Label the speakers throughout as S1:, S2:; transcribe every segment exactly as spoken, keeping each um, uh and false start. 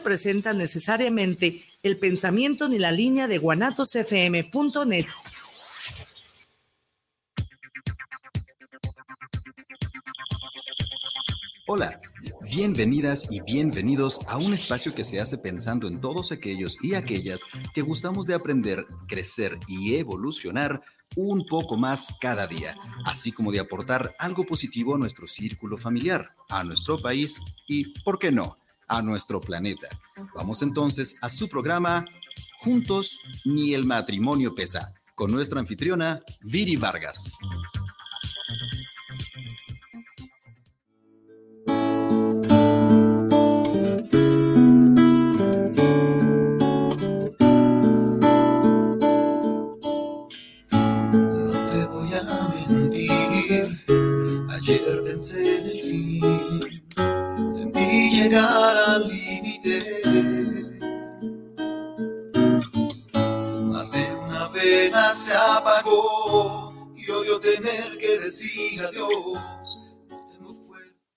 S1: representan necesariamente el pensamiento ni la línea de guanatos f m punto net.
S2: Hola, bienvenidas y bienvenidos a un espacio que se hace pensando en todos aquellos y aquellas que gustamos de aprender, crecer y evolucionar un poco más cada día, así como de aportar algo positivo a nuestro círculo familiar, a nuestro país y, ¿por qué no?, a nuestro planeta. Vamos entonces a su programa Juntos ni el matrimonio pesa, con nuestra anfitriona Viri Vargas.
S3: Ayer pensé en el fin, sentí llegar al límite. Más de una vela se apagó y odio tener que decir adiós. Tengo fuerza.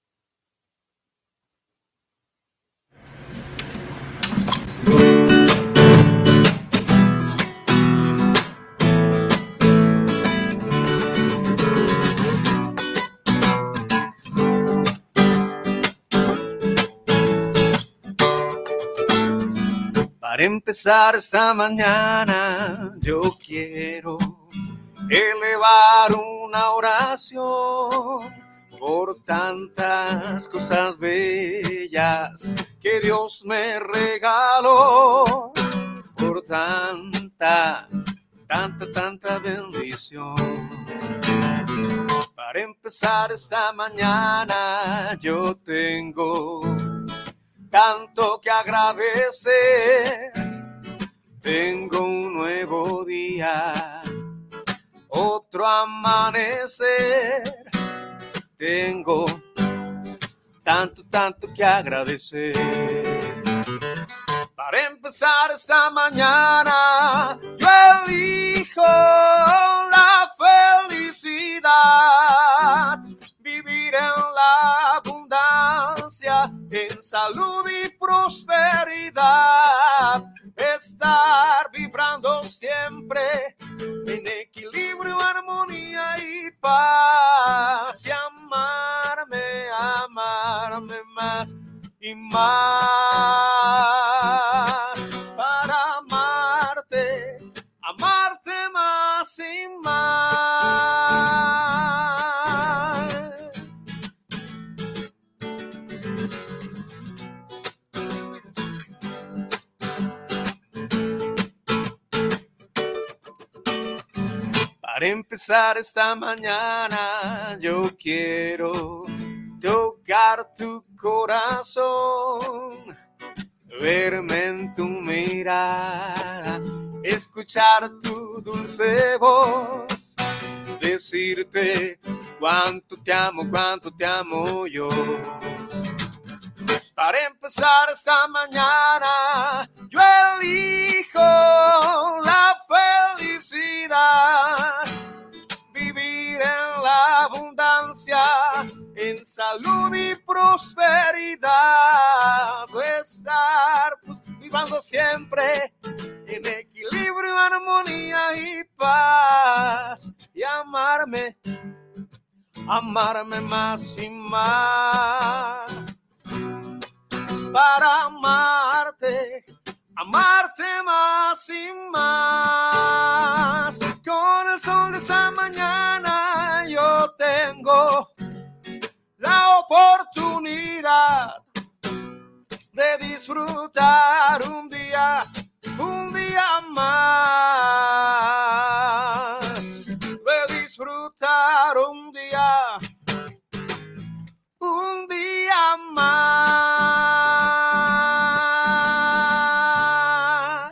S3: Para empezar esta mañana yo quiero elevar una oración por tantas cosas bellas que Dios me regaló, por tanta, tanta, tanta bendición. Para empezar esta mañana yo tengo tanto que agradecer, tengo un nuevo día, otro amanecer, tengo tanto, tanto que agradecer. Para empezar esta mañana yo elijo la felicidad, vivir en la abundancia, en salud y prosperidad, estar vibrando siempre en equilibrio, armonía y paz, y amarme, amarme más y más, para amarte, amarte más y más. Para empezar esta mañana yo quiero tocar tu corazón, verme en tu mirada, escuchar tu dulce voz, decirte cuánto te amo, cuánto te amo yo. Para empezar esta mañana yo elijo la felicidad, vivir en la abundancia, en salud y prosperidad, estar pues, viviendo siempre en equilibrio, armonía y paz, y amarme, amarme más y más, para amarte, amarte más y más. Con el sol de esta mañana yo tengo la oportunidad de disfrutar un día, un día más, de disfrutar un día, un día más.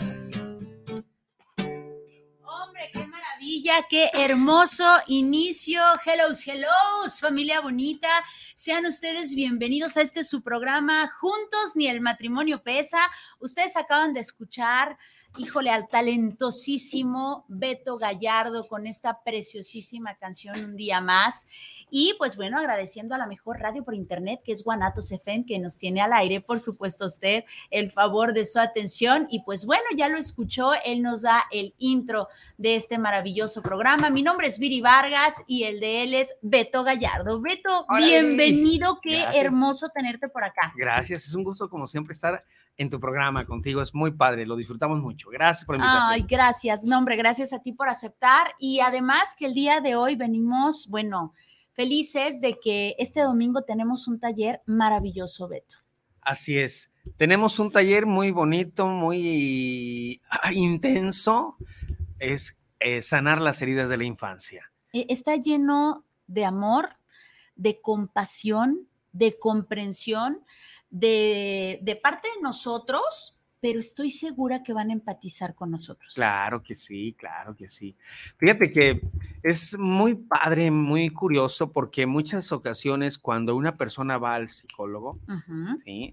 S4: Hombre, qué maravilla, qué hermoso inicio. Hellos, hellos, familia bonita. Sean ustedes bienvenidos a este su programa Juntos ni el matrimonio pesa. Ustedes acaban de escuchar híjole, al talentosísimo Beto Gallardo con esta preciosísima canción Un Día Más. Y pues bueno, agradeciendo a la mejor radio por internet, que es Guanatos F M, que nos tiene al aire, por supuesto, usted, el favor de su atención. Y pues bueno, ya lo escuchó, él nos da el intro de este maravilloso programa. Mi nombre es Viri Vargas y el de él es Beto Gallardo. Beto,
S5: Hola,
S4: bienvenido,
S5: Viri.
S4: Qué
S5: Gracias.
S4: hermoso tenerte por acá.
S5: Gracias, es un gusto como siempre estar en tu programa contigo, es muy padre, lo disfrutamos mucho. Gracias por la invitación.
S4: Ay, gracias, no hombre, gracias a ti por aceptar y además que el día de hoy venimos, bueno, felices de que este domingo tenemos un taller maravilloso, Beto.
S5: Así es, tenemos un taller muy bonito, muy ah, intenso, es eh, sanar las heridas de la infancia.
S4: Está lleno de amor, de compasión, de comprensión, de, de parte de nosotros, pero estoy segura que van a empatizar con nosotros.
S5: Claro que sí, claro que sí. Fíjate que es muy padre, muy curioso, porque en muchas ocasiones cuando una persona va al psicólogo, uh-huh. ¿sí?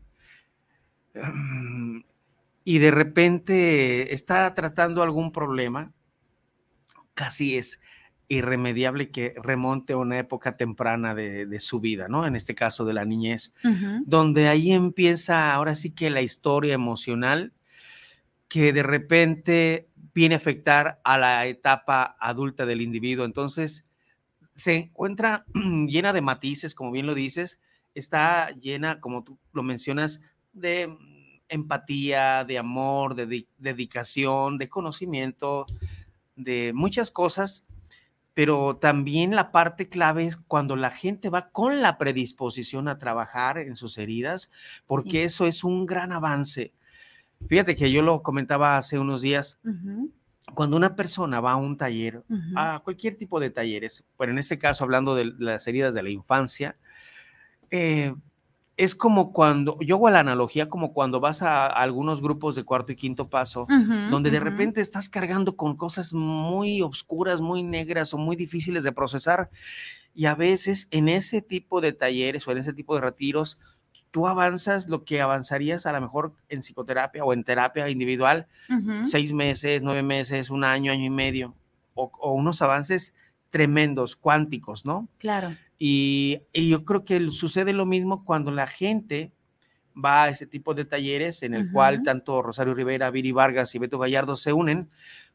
S5: Um, y de repente está tratando algún problema, casi es irremediable que remonte a una época temprana de, de su vida, ¿no? En este caso de la niñez, uh-huh. donde ahí empieza ahora sí que la historia emocional que de repente viene a afectar a la etapa adulta del individuo. Entonces se encuentra llena de matices, como bien lo dices, está llena, como tú lo mencionas, de empatía, de amor, de, de dedicación, de conocimiento, de muchas cosas. Pero también la parte clave es cuando la gente va con la predisposición a trabajar en sus heridas, porque sí. eso es un gran avance. Fíjate que yo lo comentaba hace unos días, uh-huh. cuando una persona va a un taller, uh-huh. a cualquier tipo de talleres, pero en este caso hablando de las heridas de la infancia, eh, es como cuando, yo hago la analogía como cuando vas a, a algunos grupos de cuarto y quinto paso, uh-huh, donde de uh-huh. repente estás cargando con cosas muy oscuras, muy negras o muy difíciles de procesar, y a veces en ese tipo de talleres o en ese tipo de retiros, tú avanzas lo que avanzarías a lo mejor en psicoterapia o en terapia individual, uh-huh. seis meses, nueve meses, un año, año y medio, o, o unos avances tremendos, cuánticos, ¿no?
S4: Claro.
S5: Y, y yo creo que sucede lo mismo cuando la gente va a ese tipo de talleres en el uh-huh. cual tanto Rosario Rivera, Viri Vargas y Beto Gallardo se unen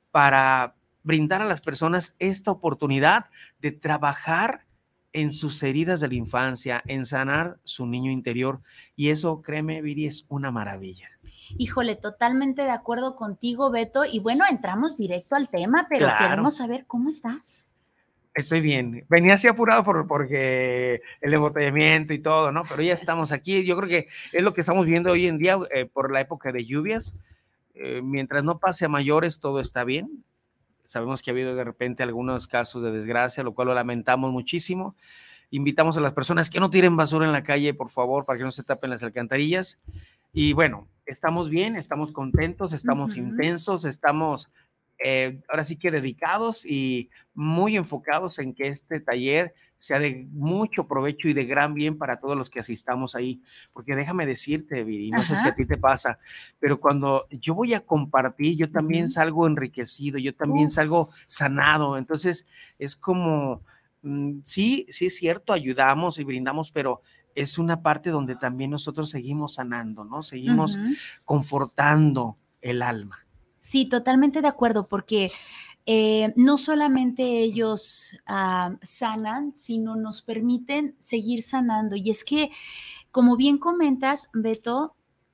S5: para brindar a las personas esta oportunidad de trabajar en sus heridas de la infancia, en sanar su niño interior. Y eso, créeme, Viri, es una maravilla.
S4: Híjole, totalmente de acuerdo contigo, Beto. Y bueno, entramos directo al tema, pero claro. queremos saber cómo estás.
S5: Estoy bien. Venía así apurado por, porque el embotellamiento y todo, ¿no? Pero ya estamos aquí. Yo creo que es lo que estamos viendo hoy en día eh, por la época de lluvias. Eh, mientras no pase a mayores, todo está bien. Sabemos que ha habido de repente algunos casos de desgracia, lo cual lo lamentamos muchísimo. Invitamos a las personas que no tiren basura en la calle, por favor, para que no se tapen las alcantarillas. Y bueno, estamos bien, estamos contentos, estamos uh-huh. intensos, estamos... Eh, ahora sí que dedicados y muy enfocados en que este taller sea de mucho provecho y de gran bien para todos los que asistamos ahí, porque déjame decirte, Viri, no Ajá. sé si a ti te pasa, pero cuando yo voy a compartir, yo también uh-huh. salgo enriquecido, yo también uh. salgo sanado, entonces es como, mmm, sí, sí es cierto, ayudamos y brindamos, pero es una parte donde también nosotros seguimos sanando, ¿no? Seguimos uh-huh. confortando el alma.
S4: Sí, totalmente de acuerdo, porque eh, no solamente ellos uh, sanan, sino nos permiten seguir sanando. Y es que, como bien comentas, Beto,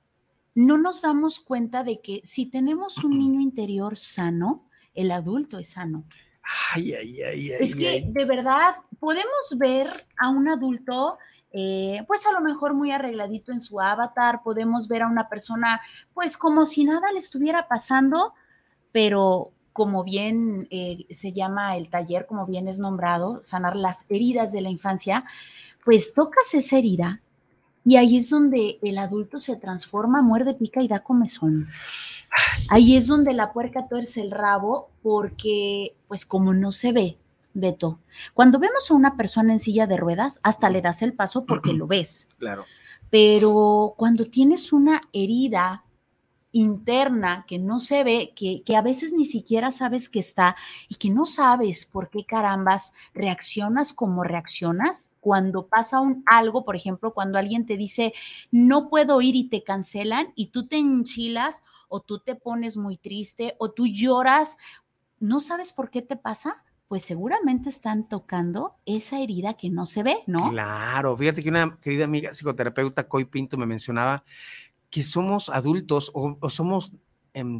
S4: no nos damos cuenta de que si tenemos un niño interior sano, el adulto es sano.
S5: Ay, ay, ay, ay.
S4: Es que,
S5: ay.
S4: de verdad, podemos ver a un adulto... Eh, pues a lo mejor muy arregladito en su avatar, podemos ver a una persona pues como si nada le estuviera pasando, pero como bien eh, se llama el taller, como bien es nombrado, sanar las heridas de la infancia, pues tocas esa herida y ahí es donde el adulto se transforma, muerde, pica y da comezón. Ahí es donde la puerca tuerce el rabo porque pues como no se ve, Beto, cuando vemos a una persona en silla de ruedas, hasta le das el paso porque lo ves.
S5: Claro.
S4: Pero cuando tienes una herida interna que no se ve, que, que a veces ni siquiera sabes que está y que no sabes por qué carambas reaccionas como reaccionas cuando pasa un algo, por ejemplo, cuando alguien te dice no puedo ir y te cancelan y tú te enchilas o tú te pones muy triste o tú lloras, no sabes por qué te pasa, pues seguramente están tocando esa herida que no se ve, ¿no?
S5: Claro, fíjate que una querida amiga psicoterapeuta, Coy Pinto, me mencionaba que somos adultos o, o somos eh,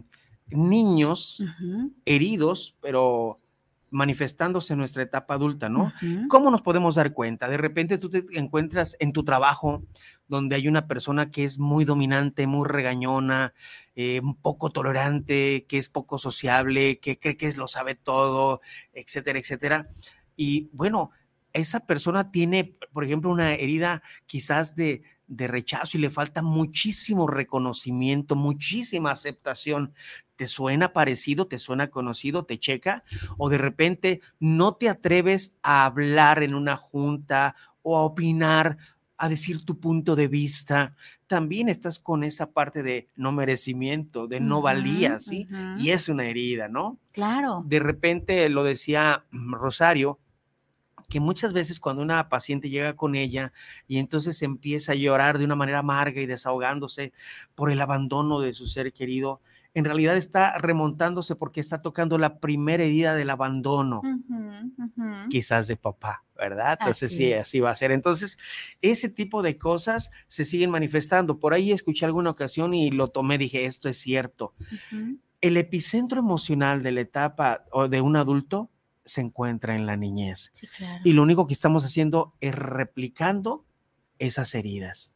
S5: niños uh-huh. heridos, pero manifestándose en nuestra etapa adulta, ¿no? Uh-huh. ¿Cómo nos podemos dar cuenta? De repente tú te encuentras en tu trabajo donde hay una persona que es muy dominante, muy regañona, eh, un poco tolerante, que es poco sociable, que cree que lo sabe todo, etcétera, etcétera. Y bueno, esa persona tiene, por ejemplo, una herida quizás de, de rechazo y le falta muchísimo reconocimiento, muchísima aceptación. ¿Te suena parecido? ¿Te suena conocido? ¿Te checa? O de repente no te atreves a hablar en una junta o a opinar, a decir tu punto de vista. También estás con esa parte de no merecimiento, de no uh-huh, valía, ¿sí? Uh-huh. Y es una herida, ¿no?
S4: Claro.
S5: De repente lo decía Rosario, que muchas veces cuando una paciente llega con ella y entonces empieza a llorar de una manera amarga y desahogándose por el abandono de su ser querido, en realidad está remontándose porque está tocando la primera herida del abandono, uh-huh, uh-huh. quizás de papá, ¿verdad? Entonces así sí, es. Así va a ser. Entonces, ese tipo de cosas se siguen manifestando. Por ahí escuché alguna ocasión y lo tomé, dije, esto es cierto. Uh-huh. El epicentro emocional de la etapa o de un adulto se encuentra en la niñez.
S4: Sí, claro.
S5: Y lo único que estamos haciendo es replicando esas heridas.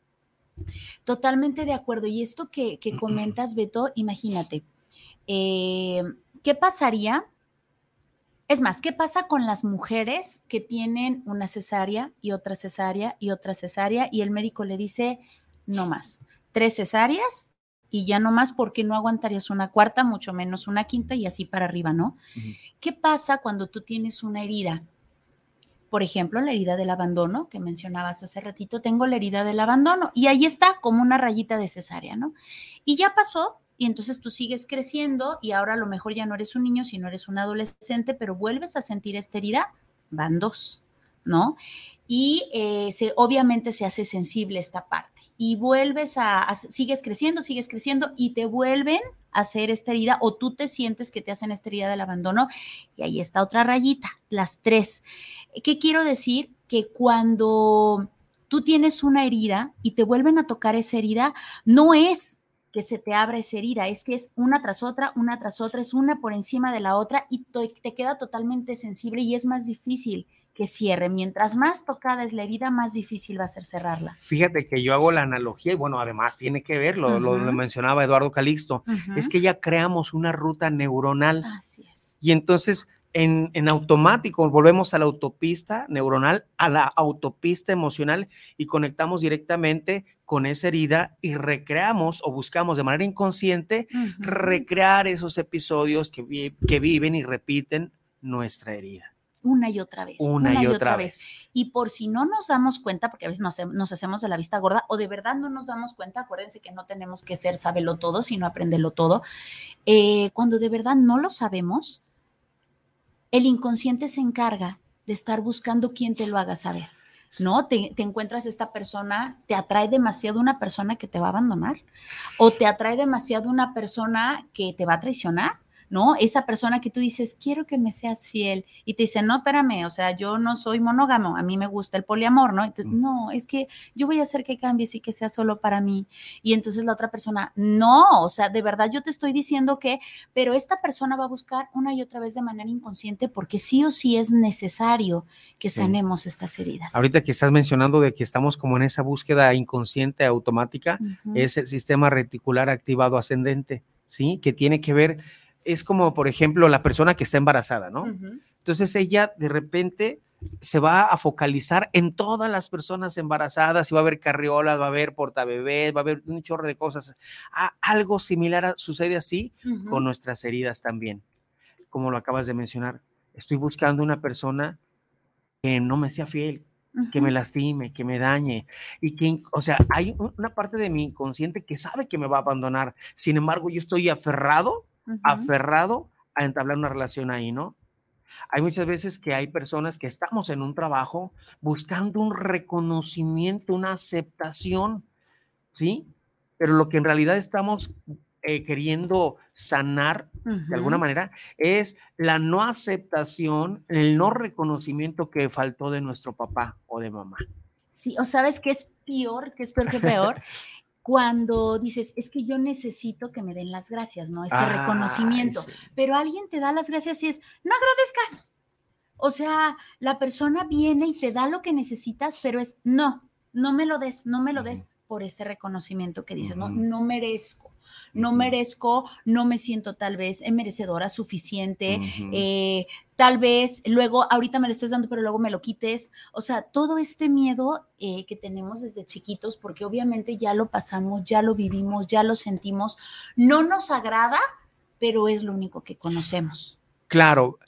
S4: Totalmente de acuerdo. Y esto que, que comentas, Beto, imagínate, eh, ¿qué pasaría? Es más, ¿qué pasa con las mujeres que tienen una cesárea y otra cesárea y otra cesárea y el médico le dice, no más, tres cesáreas y ya no más porque no aguantarías una cuarta, mucho menos una quinta y así para arriba, ¿no? Uh-huh. ¿Qué pasa cuando tú tienes una herida? Por ejemplo, la herida del abandono que mencionabas hace ratito, tengo la herida del abandono y ahí está como una rayita de cesárea, ¿no? Y ya pasó y entonces tú sigues creciendo y ahora a lo mejor ya no eres un niño, sino eres un adolescente, pero vuelves a sentir esta herida, van dos, ¿no? Y eh, se, obviamente se hace sensible esta parte y vuelves a, a, sigues creciendo, sigues creciendo y te vuelven a hacer esta herida o tú te sientes que te hacen esta herida del abandono y ahí está otra rayita, las tres. ¿Qué quiero decir? Que cuando tú tienes una herida y te vuelven a tocar esa herida, no es que se te abra esa herida, es que es una tras otra, una tras otra, es una por encima de la otra y te queda totalmente sensible y es más difícil que cierre. Mientras más tocada es la herida, más difícil va a ser cerrarla.
S5: Fíjate que yo hago la analogía y bueno, además tiene que ver, lo, uh-huh. lo, lo mencionaba Eduardo Calixto, uh-huh. es que ya creamos una ruta neuronal.
S4: Así es.
S5: Y entonces en, en automático volvemos a la autopista neuronal, a la autopista emocional y conectamos directamente con esa herida y recreamos o buscamos de manera inconsciente uh-huh. recrear esos episodios que, vi, que viven y repiten nuestra herida.
S4: Una y otra vez.
S5: Una, una y, y otra, otra vez.
S4: vez. Y por si no nos damos cuenta, porque a veces nos, nos hacemos de la vista gorda o de verdad no nos damos cuenta, acuérdense que no tenemos que ser sábelo todo, sino aprenderlo todo. Eh, cuando de verdad no lo sabemos, el inconsciente se encarga de estar buscando quién te lo haga saber. ¿No? Te, te encuentras esta persona, te atrae demasiado una persona que te va a abandonar o te atrae demasiado una persona que te va a traicionar. ¿No? Esa persona que tú dices, quiero que me seas fiel, y te dice, no, espérame, o sea, yo no soy monógamo, a mí me gusta el poliamor, ¿no? Entonces, mm. no, es que yo voy a hacer que cambies y que sea solo para mí. Y entonces la otra persona, no, o sea, de verdad yo te estoy diciendo que, pero esta persona va a buscar una y otra vez de manera inconsciente porque sí o sí es necesario que sanemos sí. estas heridas.
S5: Ahorita que estás mencionando de que estamos como en esa búsqueda inconsciente automática, uh-huh. es el sistema reticular activado ascendente, ¿sí? Que tiene que ver... Es como, por ejemplo, la persona que está embarazada, ¿no? Uh-huh. Entonces ella de repente se va a focalizar en todas las personas embarazadas y va a haber carriolas, va a haber portabebés, va a haber un chorro de cosas. Ah, algo similar sucede así uh-huh. con nuestras heridas también. Como lo acabas de mencionar, estoy buscando una persona que no me sea fiel, uh-huh. que me lastime, que me dañe, y que, o sea, hay una parte de mi inconsciente que sabe que me va a abandonar, sin embargo, yo estoy aferrado, uh-huh. aferrado a entablar una relación ahí, ¿no? Hay muchas veces que hay personas que estamos en un trabajo buscando un reconocimiento, una aceptación, ¿sí? Pero lo que en realidad estamos eh, queriendo sanar uh-huh. de alguna manera es la no aceptación, el no reconocimiento que faltó de nuestro papá o de mamá.
S4: Sí, o sabes qué es peor, qué es peor que peor, cuando dices, es que yo necesito que me den las gracias, ¿no? Este Ay, reconocimiento, sí. Pero alguien te da las gracias y es, no agradezcas. O sea, la persona viene y te da lo que necesitas, pero es, no, no me lo des, no me lo des por ese reconocimiento que dices, uh-huh. no, no merezco. No merezco, no me siento tal vez merecedora suficiente, uh-huh. eh, tal vez luego, ahorita me lo estés dando, pero luego me lo quites. O sea, todo este miedo eh, que tenemos desde chiquitos, porque obviamente ya lo pasamos, ya lo vivimos, ya lo sentimos, no nos agrada, pero es lo único que conocemos.
S5: Claro,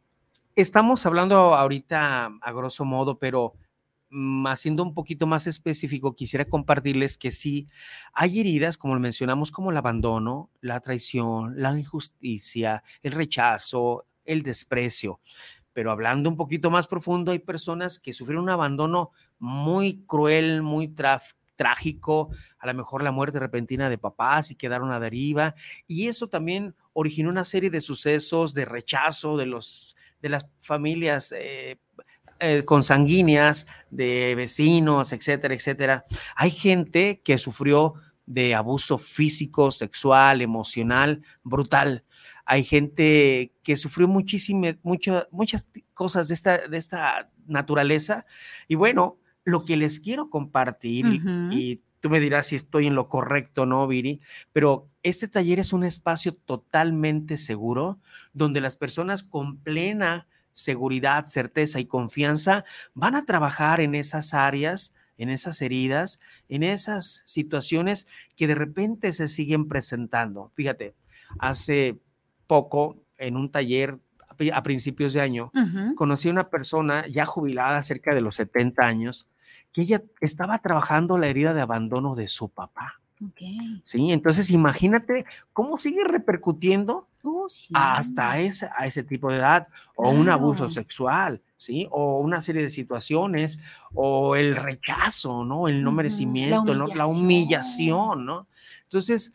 S5: estamos hablando ahorita a grosso modo, pero haciendo un poquito más específico, quisiera compartirles que sí, hay heridas, como lo mencionamos, como el abandono, la traición, la injusticia, el rechazo, el desprecio. Pero hablando un poquito más profundo, hay personas que sufrieron un abandono muy cruel, muy traf- trágico, a lo mejor la muerte repentina de papás y quedaron a deriva. Y eso también originó una serie de sucesos de rechazo de, los, de las familias eh, Eh, consanguíneas, de vecinos, etcétera, etcétera. Hay gente que sufrió de abuso físico, sexual, emocional, brutal. Hay gente que sufrió muchísimas, muchas, muchas cosas de esta, de esta naturaleza. Y bueno, lo que les quiero compartir, uh-huh. y, y tú me dirás si estoy en lo correcto, ¿no, Viri? Pero este taller es un espacio totalmente seguro, donde las personas con plena seguridad, certeza y confianza van a trabajar en esas áreas, en esas heridas, en esas situaciones que de repente se siguen presentando. Fíjate, hace poco en un taller a principios de año, uh-huh. conocí a una persona ya jubilada, cerca de los setenta años, que ella estaba trabajando la herida de abandono de su papá.
S4: Okay.
S5: Sí, entonces imagínate cómo sigue repercutiendo
S4: uh, sí.
S5: hasta ese, a ese tipo de edad, o claro. un abuso sexual, ¿sí? O una serie de situaciones, o el rechazo, ¿no? El no uh-huh. merecimiento, la humillación. ¿no? La humillación, ¿no? Entonces,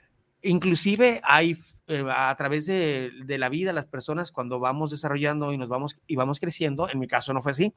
S5: inclusive hay eh, a través de, de la vida, las personas cuando vamos desarrollando y nos vamos y vamos creciendo, en mi caso no fue así,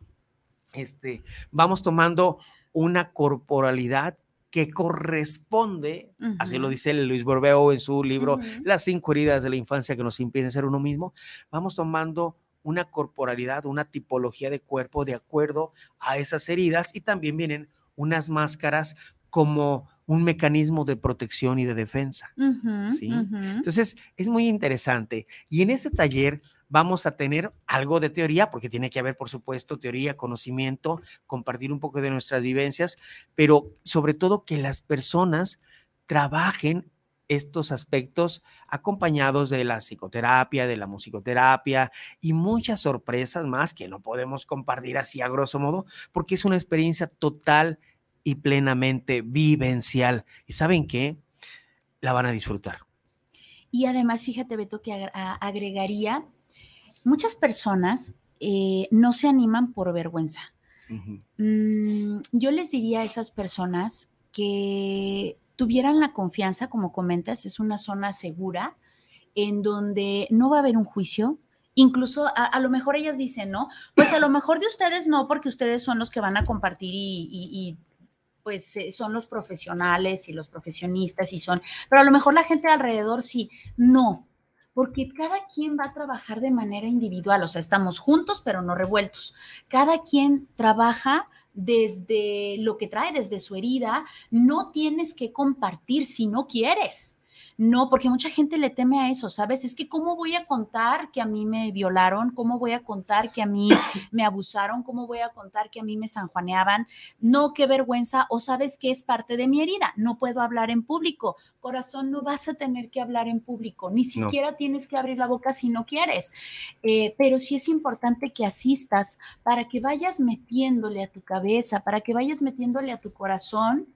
S5: este, vamos tomando una corporalidad que corresponde, uh-huh. así lo dice Luis Borbeo en su libro, uh-huh. Las cinco heridas de la infancia que nos impiden ser uno mismo, vamos tomando una corporalidad, una tipología de cuerpo de acuerdo a esas heridas, y también vienen unas máscaras como un mecanismo de protección y de defensa, uh-huh. ¿sí? Uh-huh. Entonces, es muy interesante, y en ese taller vamos a tener algo de teoría, porque tiene que haber, por supuesto, teoría, conocimiento, compartir un poco de nuestras vivencias, pero sobre todo que las personas trabajen estos aspectos acompañados de la psicoterapia, de la musicoterapia y muchas sorpresas más que no podemos compartir así a grosso modo, porque es una experiencia total y plenamente vivencial. ¿Y saben qué? La van a disfrutar.
S4: Y además, fíjate, Beto, que agregaría, muchas personas eh, no se animan por vergüenza. Uh-huh. Mm, yo les diría a esas personas que tuvieran la confianza, como comentas, es una zona segura en donde no va a haber un juicio. Incluso a, a lo mejor ellas dicen, ¿no? Pues a lo mejor de ustedes no, porque ustedes son los que van a compartir y, y, y pues eh, son los profesionales y los profesionistas y son, pero a lo mejor la gente de alrededor sí, no. Porque cada quien va a trabajar de manera individual, o sea, estamos juntos pero no revueltos. Cada quien trabaja desde lo que trae, desde su herida. No tienes que compartir si no quieres. No, porque mucha gente le teme a eso, ¿sabes? Es que ¿cómo voy a contar que a mí me violaron? ¿Cómo voy a contar que a mí me abusaron? ¿Cómo voy a contar que a mí me sanjuaneaban? No, qué vergüenza. O sabes que es parte de mi herida. No puedo hablar en público. Corazón, no vas a tener que hablar en público. Ni siquiera no. Tienes que abrir la boca si no quieres. Eh, pero sí es importante que asistas para que vayas metiéndole a tu cabeza, para que vayas metiéndole a tu corazón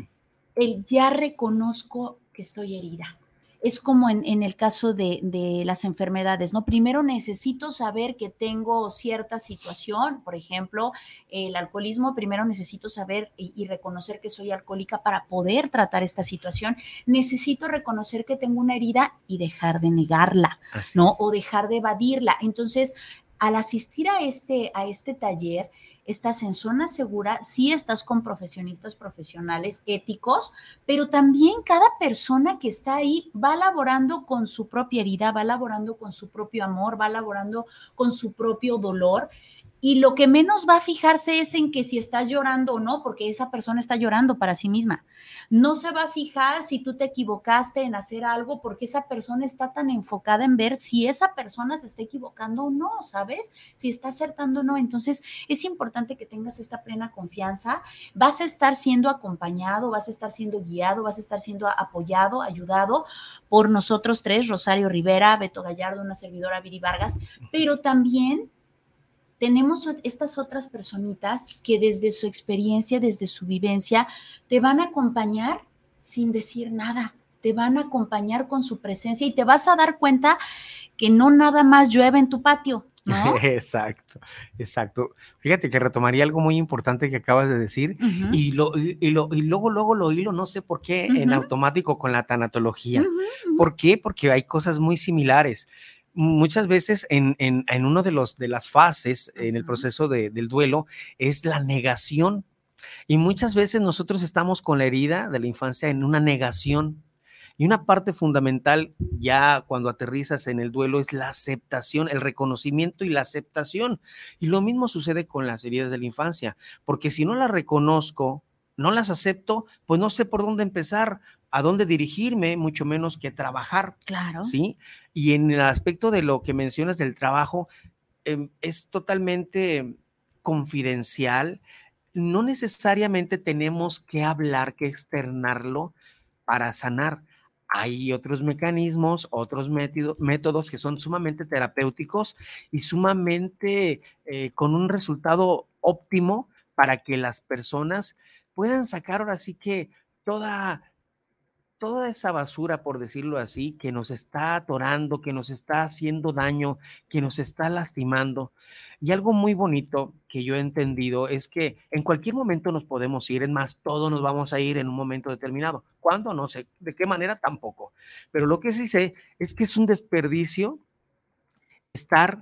S4: el ya reconozco que estoy herida. Es como en, en el caso de, de las enfermedades, ¿no? Primero necesito saber que tengo cierta situación, por ejemplo, el alcoholismo, primero necesito saber y, y reconocer que soy alcohólica para poder tratar esta situación. Necesito reconocer que tengo una herida y dejar de negarla, Así ¿no? Es. O dejar de evadirla. Entonces, al asistir a este, a este taller, estás en zona segura, sí estás con profesionistas profesionales éticos, pero también cada persona que está ahí va laborando con su propia herida, va laborando con su propio amor, va laborando con su propio dolor. Y lo que menos va a fijarse es en que si estás llorando o no, porque esa persona está llorando para sí misma. No se va a fijar si tú te equivocaste en hacer algo, porque esa persona está tan enfocada en ver si esa persona se está equivocando o no, ¿sabes? Si está acertando o no. Entonces, es importante que tengas esta plena confianza. Vas a estar siendo acompañado, vas a estar siendo guiado, vas a estar siendo apoyado, ayudado por nosotros tres, Rosario Rivera, Beto Gallardo, una servidora, Viri Vargas, pero también tenemos estas otras personitas que desde su experiencia, desde su vivencia, te van a acompañar sin decir nada, te van a acompañar con su presencia y te vas a dar cuenta que no nada más llueve en tu patio, ¿no?
S5: Exacto, exacto. Fíjate que retomaría algo muy importante que acabas de decir uh-huh. y, lo, y, y, lo, y luego, luego lo hilo, no sé por qué, uh-huh. en automático con la tanatología. Uh-huh. ¿Por qué? Porque hay cosas muy similares. Muchas veces en, en, en uno de, los, de las fases en el proceso de, del duelo es la negación y muchas veces nosotros estamos con la herida de la infancia en una negación y una parte fundamental ya cuando aterrizas en el duelo es la aceptación, el reconocimiento y la aceptación y lo mismo sucede con las heridas de la infancia porque si no las reconozco, no las acepto, pues no sé por dónde empezar, a dónde dirigirme, mucho menos que trabajar.
S4: Claro.
S5: ¿Sí? Y en el aspecto de lo que mencionas del trabajo, eh, es totalmente confidencial. No necesariamente tenemos que hablar, que externarlo para sanar. Hay otros mecanismos, otros método, métodos que son sumamente terapéuticos y sumamente eh, con un resultado óptimo para que las personas puedan sacar ahora sí que toda, toda esa basura, por decirlo así, que nos está atorando, que nos está haciendo daño, que nos está lastimando. Y algo muy bonito que yo he entendido es que en cualquier momento nos podemos ir, es más, todos nos vamos a ir en un momento determinado. ¿Cuándo? No sé, de qué manera tampoco. Pero lo que sí sé es que es un desperdicio estar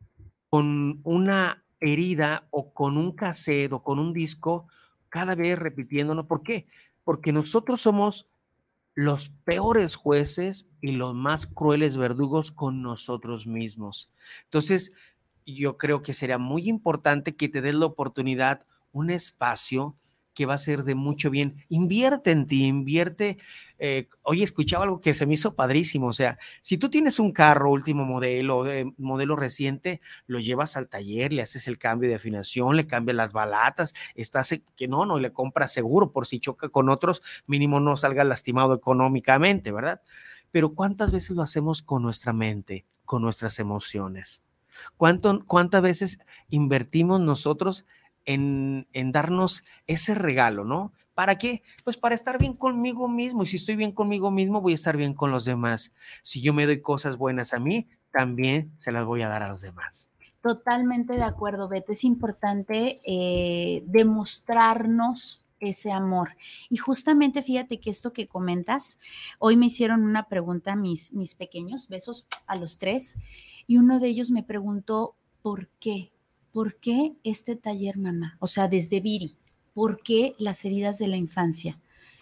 S5: con una herida o con un cassette o con un disco cada vez repitiéndonos. ¿Por qué? Porque nosotros somos los peores jueces y los más crueles verdugos con nosotros mismos. Entonces, yo creo que sería muy importante que te des la oportunidad, un espacio que va a ser de mucho bien. Invierte en ti, invierte. Eh, oye, escuchaba algo que se me hizo padrísimo. O sea, si tú tienes un carro último modelo, eh, modelo reciente, lo llevas al taller, le haces el cambio de afinación, le cambias las balatas, estás que no, no, le compras seguro por si choca con otros, mínimo no salga lastimado económicamente, ¿verdad? Pero ¿cuántas veces lo hacemos con nuestra mente, con nuestras emociones? ¿Cuánto, ¿Cuántas veces invertimos nosotros en, en darnos ese regalo, ¿no? ¿Para qué? Pues para estar bien conmigo mismo. Y si estoy bien conmigo mismo, voy a estar bien con los demás. Si yo me doy cosas buenas a mí, también se las voy a dar a los demás.
S4: Totalmente de acuerdo, Beto. Es importante eh, demostrarnos ese amor. Y justamente fíjate que esto que comentas, hoy me hicieron una pregunta mis, mis pequeños, besos a los tres, y uno de ellos me preguntó, ¿por qué? ¿Por qué este taller, mamá? O sea, desde Viri, ¿por qué las heridas de la infancia?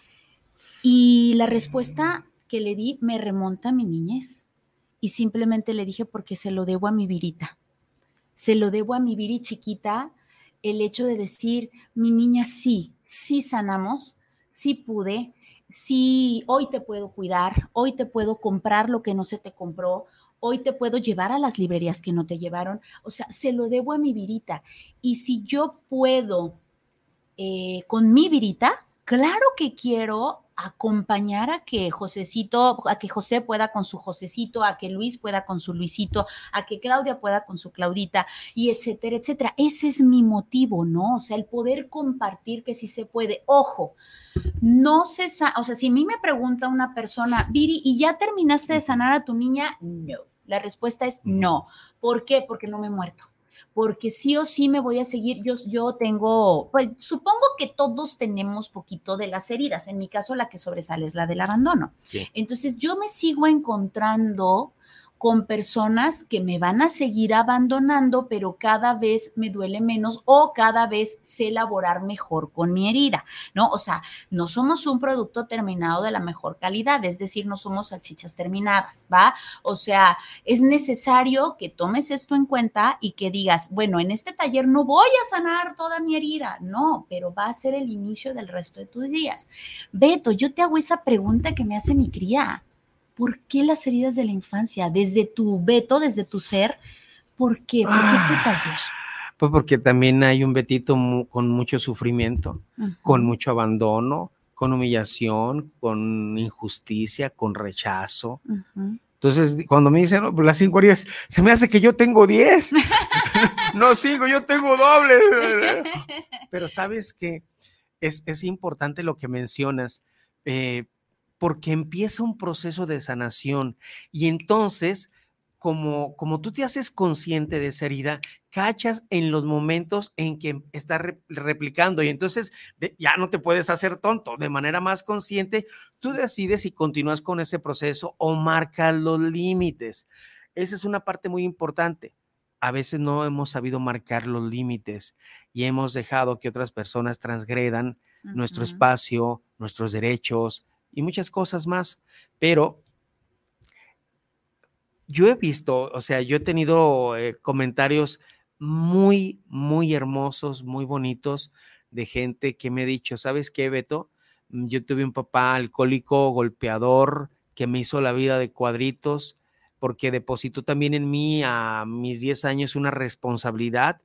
S4: Y la respuesta que le di me remonta a mi niñez. Y simplemente le dije, porque se lo debo a mi Virita. Se lo debo a mi Viri chiquita, el hecho de decir, mi niña, sí, sí sanamos, sí pude. sí, hoy te puedo cuidar, hoy te puedo comprar lo que no se te compró, hoy te puedo llevar a las librerías que no te llevaron, o sea, se lo debo a mi Virita. Y si yo puedo eh, con mi Virita, claro que quiero acompañar a que Josecito, a que José pueda con su Josecito, a que Luis pueda con su Luisito, a que Claudia pueda con su Claudita, y etcétera, etcétera. Ese es mi motivo, ¿no? O sea, el poder compartir que sí se puede. Ojo, no se sa- o sea, si a mí me pregunta una persona, Viri, ¿y ya terminaste de sanar a tu niña? No. La respuesta es no. ¿Por qué? Porque no me he muerto. Porque sí o sí me voy a seguir, yo, yo tengo, pues supongo que todos tenemos poquito de las heridas, en mi caso la que sobresale es la del abandono. Sí. Entonces yo me sigo encontrando con personas que me van a seguir abandonando, pero cada vez me duele menos o cada vez sé elaborar mejor con mi herida, ¿no? O sea, no somos un producto terminado de la mejor calidad, es decir, no somos salchichas terminadas, ¿va? O sea, es necesario que tomes esto en cuenta y que digas, bueno, en este taller no voy a sanar toda mi herida, no, pero va a ser el inicio del resto de tus días. Beto, yo te hago esa pregunta que me hace mi cría. ¿Por qué las heridas de la infancia? Desde tu Beto, desde tu ser, ¿por qué? ¿Por qué este taller?
S5: Pues porque también hay un Betito mu- con mucho sufrimiento, uh-huh. con mucho abandono, con humillación, con injusticia, con rechazo. Uh-huh. Entonces, cuando me dicen, no, pues las cinco heridas, se me hace que yo tengo diez. No sigo, yo tengo doble. Pero sabes que es, es importante lo que mencionas, eh, porque empieza un proceso de sanación y entonces, como, como tú te haces consciente de esa herida, cachas en los momentos en que está re, replicando y entonces de, ya no te puedes hacer tonto. De manera más consciente, tú decides si continúas con ese proceso o marcas los límites. Esa es una parte muy importante. A veces no hemos sabido marcar los límites y hemos dejado que otras personas transgredan uh-huh. nuestro espacio, nuestros derechos y muchas cosas más. Pero yo he visto, o sea, yo he tenido eh, comentarios muy, muy hermosos, muy bonitos de gente que me ha dicho, ¿sabes qué, Beto? Yo tuve un papá alcohólico, golpeador, que me hizo la vida de cuadritos, porque depositó también en mí a mis diez años una responsabilidad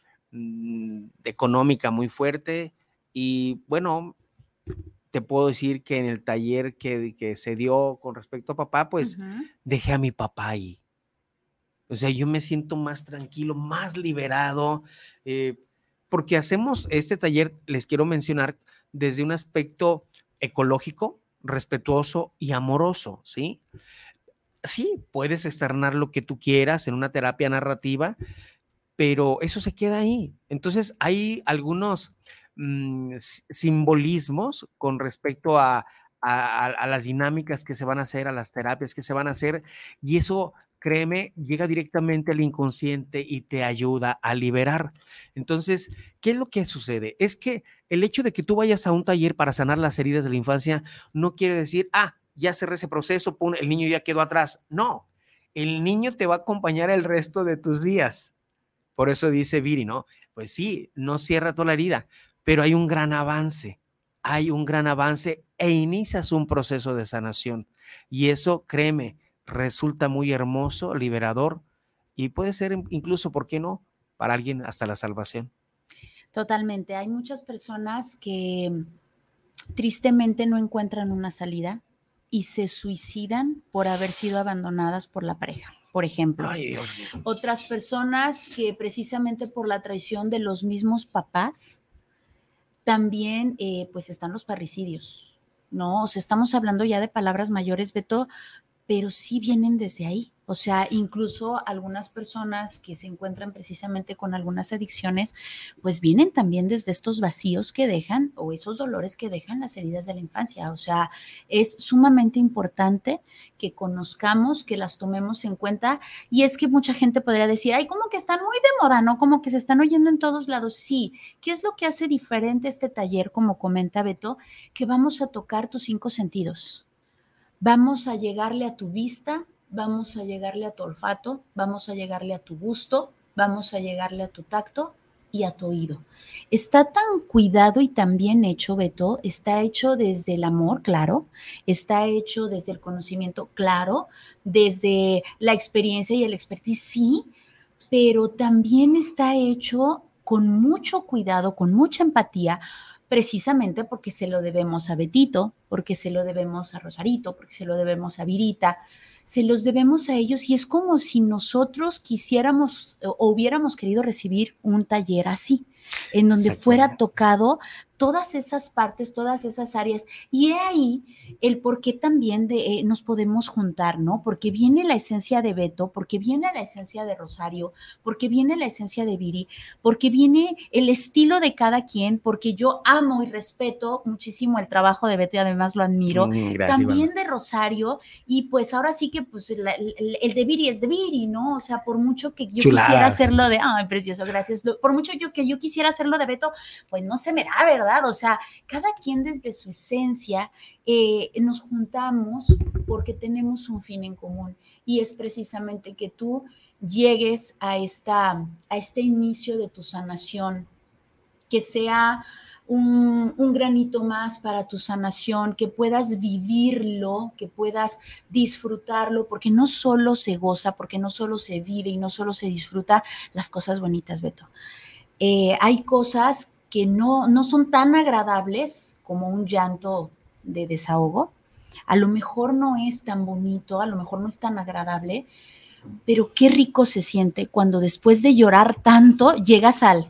S5: mmm, económica muy fuerte y bueno, te puedo decir que en el taller que, que se dio con respecto a papá, pues uh-huh. dejé a mi papá ahí. O sea, yo me siento más tranquilo, más liberado, eh, porque hacemos este taller, les quiero mencionar, desde un aspecto ecológico, respetuoso y amoroso, ¿sí? Sí, puedes externar lo que tú quieras en una terapia narrativa, pero eso se queda ahí. Entonces, hay algunos mmm, simbolismos con respecto a, a, a las dinámicas que se van a hacer, a las terapias que se van a hacer, y eso, créeme, llega directamente al inconsciente y te ayuda a liberar. Entonces, ¿qué es lo que sucede? Es que el hecho de que tú vayas a un taller para sanar las heridas de la infancia no quiere decir, ah, ya cerré ese proceso, pum, el niño ya quedó atrás. No, el niño te va a acompañar el resto de tus días. Por eso dice Viri, ¿no? Pues sí, no cierra toda la herida, pero hay un gran avance, hay un gran avance e inicias un proceso de sanación. Y eso, créeme, resulta muy hermoso, liberador y puede ser incluso, ¿por qué no?, para alguien hasta la salvación.
S4: Totalmente. Hay muchas personas que tristemente no encuentran una salida y se suicidan por haber sido abandonadas por la pareja. Por ejemplo, Ay, Dios mío. Otras personas que precisamente por la traición de los mismos papás, también eh, pues están los parricidios, ¿no? O sea, estamos hablando ya de palabras mayores, Beto, pero sí vienen desde ahí. O sea, incluso algunas personas que se encuentran precisamente con algunas adicciones, pues vienen también desde estos vacíos que dejan o esos dolores que dejan las heridas de la infancia. O sea, es sumamente importante que conozcamos, que las tomemos en cuenta. Y es que mucha gente podría decir, ay, como que están muy de moda, ¿no? Como que se están oyendo en todos lados. Sí, ¿qué es lo que hace diferente este taller, como comenta Beto? Que vamos a tocar tus cinco sentidos. Vamos a llegarle a tu vista, vamos a llegarle a tu olfato, vamos a llegarle a tu gusto, vamos a llegarle a tu tacto y a tu oído. Está tan cuidado y tan bien hecho, Beto, está hecho desde el amor, claro, está hecho desde el conocimiento, claro, desde la experiencia y el expertise, sí, pero también está hecho con mucho cuidado, con mucha empatía, precisamente porque se lo debemos a Betito, porque se lo debemos a Rosarito, porque se lo debemos a Virita, se los debemos a ellos y es como si nosotros quisiéramos o hubiéramos querido recibir un taller así, en donde fuera tocado todas esas partes, todas esas áreas. Y he ahí el por qué también de, eh, nos podemos juntar, ¿no? Porque viene la esencia de Beto, porque viene la esencia de Rosario, porque viene la esencia de Viri, porque viene el estilo de cada quien, porque yo amo y respeto muchísimo el trabajo de Beto y además lo admiro. Mm, gracias, también bueno. de Rosario, y pues ahora sí que pues la, el, el de Viri es de Viri, ¿no? O sea, por mucho que yo Chulada. quisiera hacerlo de, ay, precioso, gracias, por mucho yo que yo quisiera hacerlo de Beto, pues no se me da, ¿verdad? O sea, cada quien desde su esencia eh, nos juntamos porque tenemos un fin en común y es precisamente que tú llegues a, esta, a este inicio de tu sanación, que sea un, un granito más para tu sanación, que puedas vivirlo, que puedas disfrutarlo, porque no solo se goza, porque no solo se vive y no solo se disfruta las cosas bonitas, Beto. Eh, hay cosas que no, no son tan agradables como un llanto de desahogo. A lo mejor no es tan bonito, a lo mejor no es tan agradable, pero qué rico se siente cuando después de llorar tanto llegas al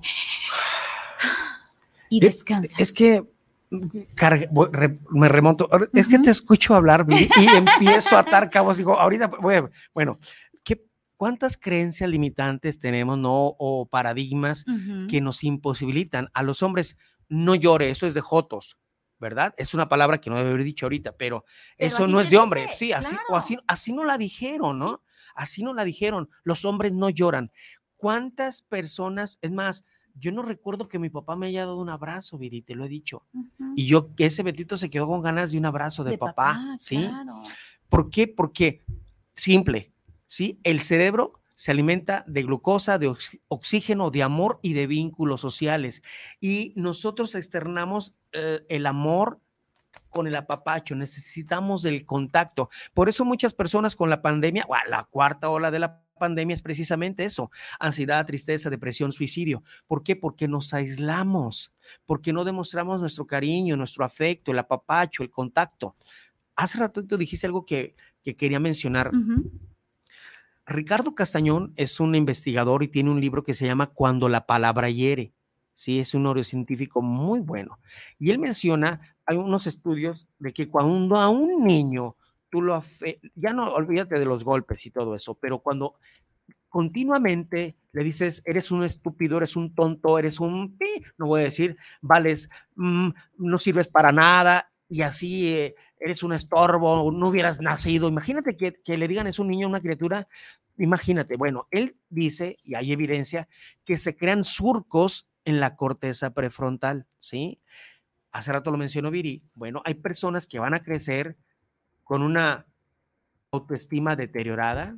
S4: y descansas.
S5: Es, es que cargue, me remonto, es uh-huh. que te escucho hablar y, y empiezo a atar cabos, digo, ahorita, bueno, ¿qué ¿cuántas creencias limitantes tenemos, no? O paradigmas uh-huh. que nos imposibilitan a los hombres? No llore, eso es de jotos, ¿verdad? Es una palabra que no debe haber dicho ahorita, pero, pero eso no es de hombre. Dice, sí, así, claro. o así, así no la dijeron, ¿no? Sí. Así no la dijeron. Los hombres no lloran. ¿Cuántas personas? Es más, yo no recuerdo que mi papá me haya dado un abrazo, Viri, te lo he dicho. Uh-huh. Y yo, que ese Betito se quedó con ganas de un abrazo de, de papá, papá, ¿sí? Claro. ¿Por qué? Porque, simple, ¿sí? El cerebro se alimenta de glucosa, de oxígeno, de amor y de vínculos sociales. Y nosotros externamos eh, el amor con el apapacho, necesitamos del contacto. Por eso muchas personas con la pandemia, o la cuarta ola de la pandemia es precisamente eso, ansiedad, tristeza, depresión, suicidio. ¿Por qué? Porque nos aislamos, porque no demostramos nuestro cariño, nuestro afecto, el apapacho, el contacto. Hace rato tú dijiste algo que, que quería mencionar. Uh-huh. Ricardo Castañón es un investigador y tiene un libro que se llama Cuando la palabra hiere. Sí, es un neurocientífico muy bueno. Y él menciona, hay unos estudios de que cuando a un niño tú lo afe- ya no olvídate de los golpes y todo eso, pero cuando continuamente le dices, eres un estúpido, eres un tonto, eres un, no voy a decir, vales, mmm, no sirves para nada, y así eh, eres un estorbo, no hubieras nacido. Imagínate que, que le digan eso a un niño, a una criatura, imagínate. Bueno, él dice, y hay evidencia, que se crean surcos en la corteza prefrontal, ¿sí? Hace rato lo mencionó Viri. Bueno, hay personas que van a crecer con una autoestima deteriorada,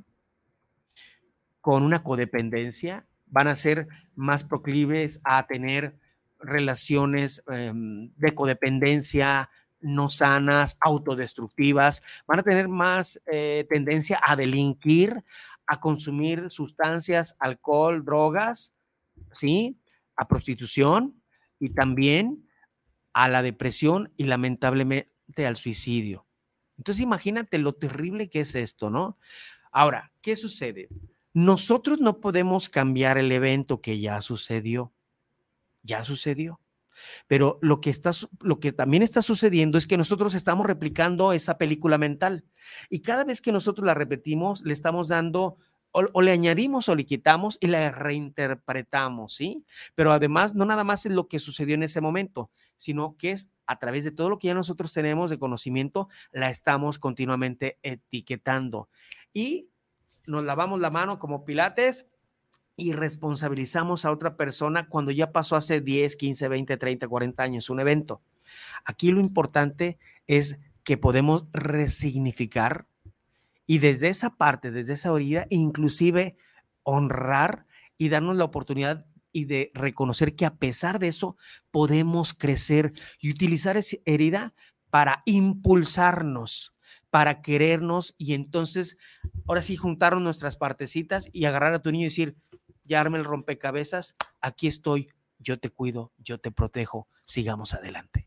S5: con una codependencia, van a ser más proclives a tener relaciones eh, de codependencia no sanas, autodestructivas, van a tener más eh, tendencia a delinquir, a consumir sustancias, alcohol, drogas, ¿sí? A prostitución y también a la depresión y lamentablemente al suicidio. Entonces imagínate lo terrible que es esto, ¿no? Ahora, ¿qué sucede? Nosotros no podemos cambiar el evento que ya sucedió, ya sucedió. Pero lo que, está, lo que también está sucediendo es que nosotros estamos replicando esa película mental y cada vez que nosotros la repetimos le estamos dando o, o le añadimos o le quitamos y la reinterpretamos, ¿sí? Pero además no nada más es lo que sucedió en ese momento, sino que es a través de todo lo que ya nosotros tenemos de conocimiento, la estamos continuamente etiquetando y nos lavamos la mano como Pilates y responsabilizamos a otra persona cuando ya pasó hace diez, quince, veinte, treinta, cuarenta años un evento. Aquí lo importante es que podemos resignificar y desde esa parte, desde esa orilla, inclusive honrar y darnos la oportunidad y de reconocer que a pesar de eso podemos crecer y utilizar esa herida para impulsarnos, para querernos y entonces ahora sí juntar nuestras partecitas y agarrar a tu niño y decir, ya arme el rompecabezas, aquí estoy, yo te cuido, yo te protejo, sigamos adelante.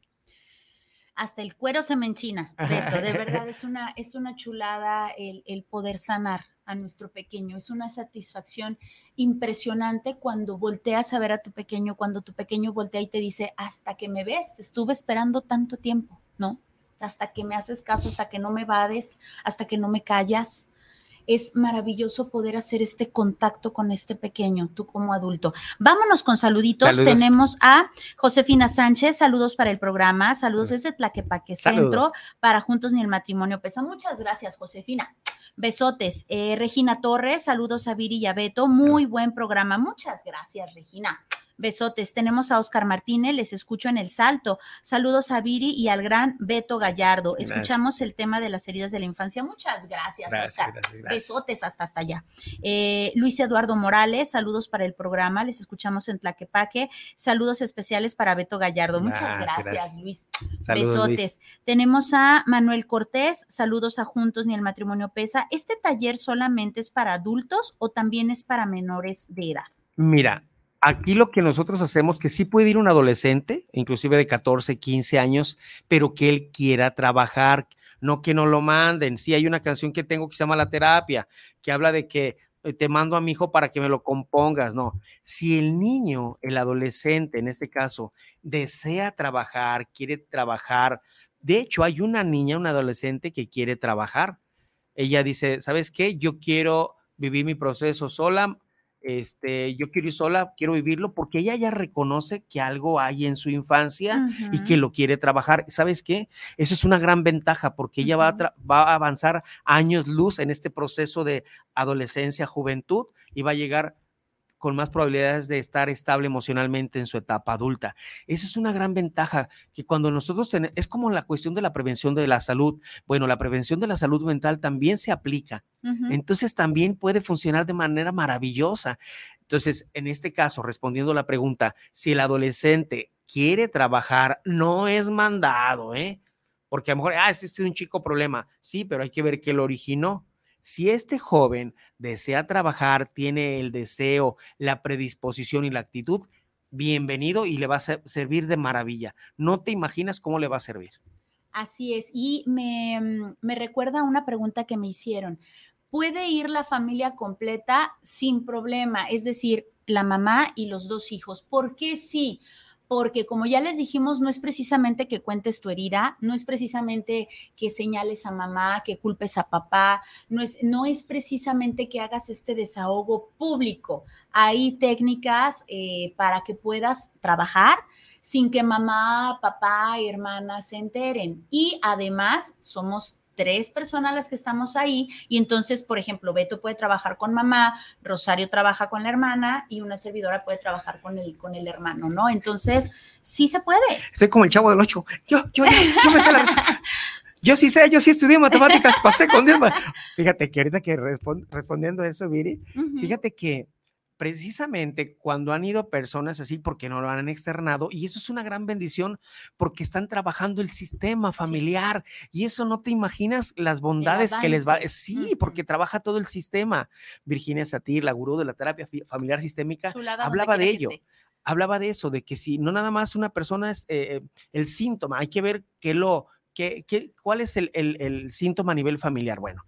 S4: Hasta el cuero se me enchina, Beto, de verdad es una, es una chulada el, el poder sanar a nuestro pequeño, es una satisfacción impresionante cuando volteas a ver a tu pequeño, cuando tu pequeño voltea y te dice, hasta que me ves, te estuve esperando tanto tiempo, ¿no? Hasta que me haces caso, hasta que no me vades, hasta que no me callas. Es maravilloso poder hacer este contacto con este pequeño, tú como adulto. Vámonos con saluditos. Saludos. Tenemos a Josefina Sánchez, saludos para el programa, saludos desde Tlaquepaque Centro, para Juntos Ni el Matrimonio Pesa. Muchas gracias, Josefina. Besotes. Eh, Regina Torres, saludos a Viri y a Beto, muy buen programa. Muchas gracias, Regina. Besotes. Tenemos a Oscar Martínez, les escucho en El Salto. Saludos a Viri y al gran Beto Gallardo. Gracias. Escuchamos el tema de las heridas de la infancia. Muchas gracias, gracias Oscar. Gracias, gracias. Besotes hasta hasta allá. Eh, Luis Eduardo Morales, saludos para el programa. Les escuchamos en Tlaquepaque. Saludos especiales para Beto Gallardo. Muchas gracias, gracias Luis. Saludos, Besotes. Luis. Tenemos a Manuel Cortés. Saludos a Juntos Ni el Matrimonio Pesa. ¿Este taller solamente es para adultos o también es para menores de edad?
S5: Mira, aquí lo que nosotros hacemos, que sí puede ir un adolescente, inclusive de catorce, quince años, pero que él quiera trabajar, no que no lo manden. Sí, hay una canción que tengo que se llama La Terapia, que habla de que te mando a mi hijo para que me lo compongas. No, si el niño, el adolescente en este caso, desea trabajar, quiere trabajar, de hecho hay una niña, una adolescente que quiere trabajar. Ella dice, ¿sabes qué? Yo quiero vivir mi proceso sola, Este, yo quiero ir sola, quiero vivirlo, porque ella ya reconoce que algo hay en su infancia uh-huh. y que lo quiere trabajar. ¿Sabes qué? Eso es una gran ventaja, porque ella uh-huh. va, a tra- va a avanzar años luz en este proceso de adolescencia, juventud, y va a llegar con más probabilidades de estar estable emocionalmente en su etapa adulta. Eso es una gran ventaja, que cuando nosotros tenemos, es como la cuestión de la prevención de la salud. Bueno, la prevención de la salud mental también se aplica. Uh-huh. Entonces también puede funcionar de manera maravillosa. Entonces, en este caso, respondiendo a la pregunta, si el adolescente quiere trabajar, no es mandado, ¿eh? Porque a lo mejor, ah, este es un chico problema. Sí, pero hay que ver qué lo originó. Si este joven desea trabajar, tiene el deseo, la predisposición y la actitud, bienvenido y le va a servir de maravilla. No te imaginas cómo le va a servir.
S4: Así es. Y me, me recuerda una pregunta que me hicieron. ¿Puede ir la familia completa sin problema? Es decir, la mamá y los dos hijos. ¿Por qué sí? Porque como ya les dijimos, no es precisamente que cuentes tu herida, no es precisamente que señales a mamá, que culpes a papá, no es, no es precisamente que hagas este desahogo público. Hay técnicas eh, para que puedas trabajar sin que mamá, papá y hermanas se enteren. Y además somos tres personas las que estamos ahí y entonces, por ejemplo, Beto puede trabajar con mamá, Rosario trabaja con la hermana y una servidora puede trabajar con el, con el hermano, ¿no? Entonces, sí se puede.
S5: Estoy como el Chavo del Ocho. Yo, yo, yo, yo me sé la... Yo sí sé, yo sí estudié matemáticas, pasé con Dios. Fíjate que ahorita que respond, respondiendo a eso, Viri, uh-huh. fíjate que precisamente cuando han ido personas así porque no lo han externado, y eso es una gran bendición porque están trabajando el sistema familiar sí. y eso no te imaginas las bondades que les va, sí, uh-huh. porque trabaja todo el sistema. Virginia Satir, la gurú de la terapia familiar sistémica, Chulada, hablaba de ello, hablaba de eso, de que si no nada más una persona es eh, el síntoma, hay que ver qué lo, qué, qué, cuál es el, el, el síntoma a nivel familiar. Bueno,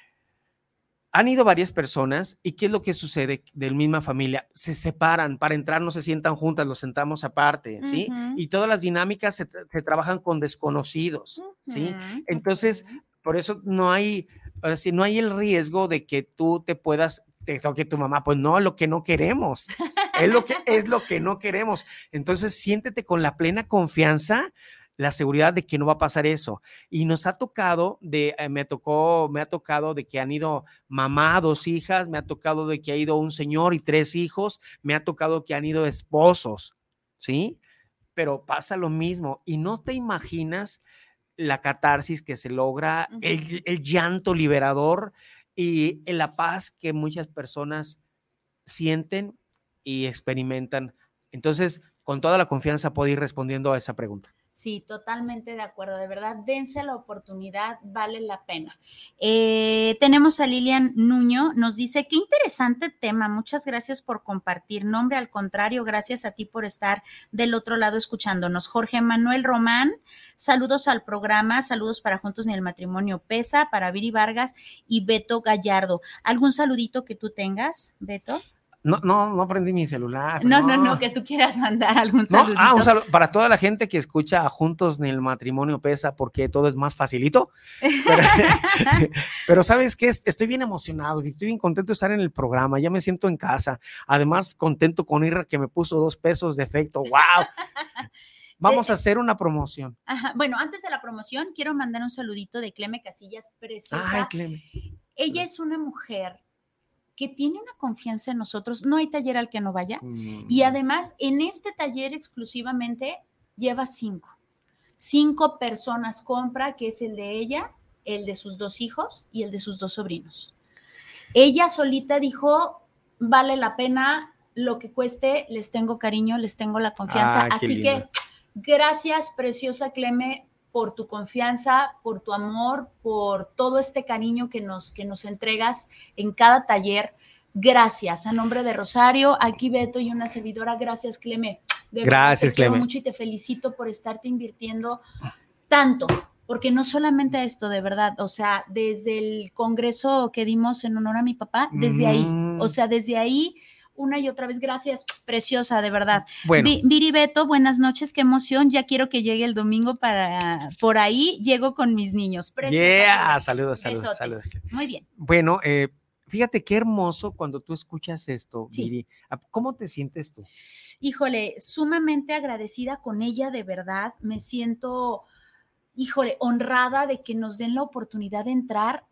S5: han ido varias personas y ¿qué es lo que sucede de la misma familia? Se separan, para entrar no se sientan juntas, los sentamos aparte, ¿sí? Uh-huh. Y todas las dinámicas se, se trabajan con desconocidos, uh-huh. ¿sí? Entonces, uh-huh. por eso no hay, así, no hay el riesgo de que tú te puedas, te toque tu mamá, pues no, lo que no queremos, es lo que, es lo que no queremos. Entonces, siéntete con la plena confianza, la seguridad de que no va a pasar eso. Y nos ha tocado, de, eh, me tocó, me ha tocado de que han ido mamá, dos hijas, me ha tocado de que ha ido un señor y tres hijos, me ha tocado que han ido esposos, ¿sí? Pero pasa lo mismo y no te imaginas la catarsis que se logra, uh-huh. el, el llanto liberador y la paz que muchas personas sienten y experimentan. Entonces, con toda la confianza puedo ir respondiendo a esa pregunta.
S4: Sí, totalmente de acuerdo. De verdad, dense la oportunidad, vale la pena. Eh, tenemos a Lilian Nuño, nos dice, qué interesante tema, muchas gracias por compartir. Nombre, al contrario, gracias a ti por estar del otro lado escuchándonos. Jorge Manuel Román, saludos al programa, saludos para Juntos ni el Matrimonio Pesa, para Viri Vargas y Beto Gallardo. ¿Algún saludito que tú tengas, Beto?
S5: No, no, no prendí mi celular.
S4: No, no, no, no, que tú quieras mandar algún saludito.
S5: No, ah, un saludo para toda la gente que escucha a Juntos ni el Matrimonio Pesa, porque todo es más facilito. Pero, pero ¿sabes qué? Estoy bien emocionado, estoy bien contento de estar en el programa, ya me siento en casa. Además, contento con Irra que me puso dos pesos de efecto. ¡Wow! Vamos a hacer una promoción.
S4: Ajá. Bueno, antes de la promoción, quiero mandar un saludito de Cleme Casillas, preciosa.
S5: Ay, Cleme.
S4: Ella es una mujer que tiene una confianza en nosotros, no hay taller al que no vaya, mm. y además en este taller exclusivamente lleva cinco, cinco personas compra, que es el de ella, el de sus dos hijos y el de sus dos sobrinos. Ella solita dijo, vale la pena lo que cueste, les tengo cariño, les tengo la confianza, ah, así lindo. Que gracias, preciosa Cleme, por tu confianza, por tu amor, por todo este cariño que nos, que nos entregas en cada taller. Gracias. A nombre de Rosario, aquí Beto y una servidora, gracias, Cleme. De
S5: gracias,
S4: te quiero
S5: Cleme.
S4: Mucho y te felicito por estarte invirtiendo tanto, porque no solamente esto, de verdad, o sea, desde el congreso que dimos en honor a mi papá, desde mm. ahí, o sea, desde ahí, una y otra vez, gracias, preciosa, de verdad.
S5: Bueno.
S4: Viri Beto, buenas noches, qué emoción, ya quiero que llegue el domingo para, por ahí llego con mis niños.
S5: Preciosa. Yeah, saludos, saludos, saludos.
S4: Muy bien.
S5: Bueno, eh, fíjate qué hermoso cuando tú escuchas esto,
S4: sí.
S5: Viri. ¿Cómo te sientes tú?
S4: Híjole, sumamente agradecida con ella, de verdad, me siento, híjole, honrada de que nos den la oportunidad de entrar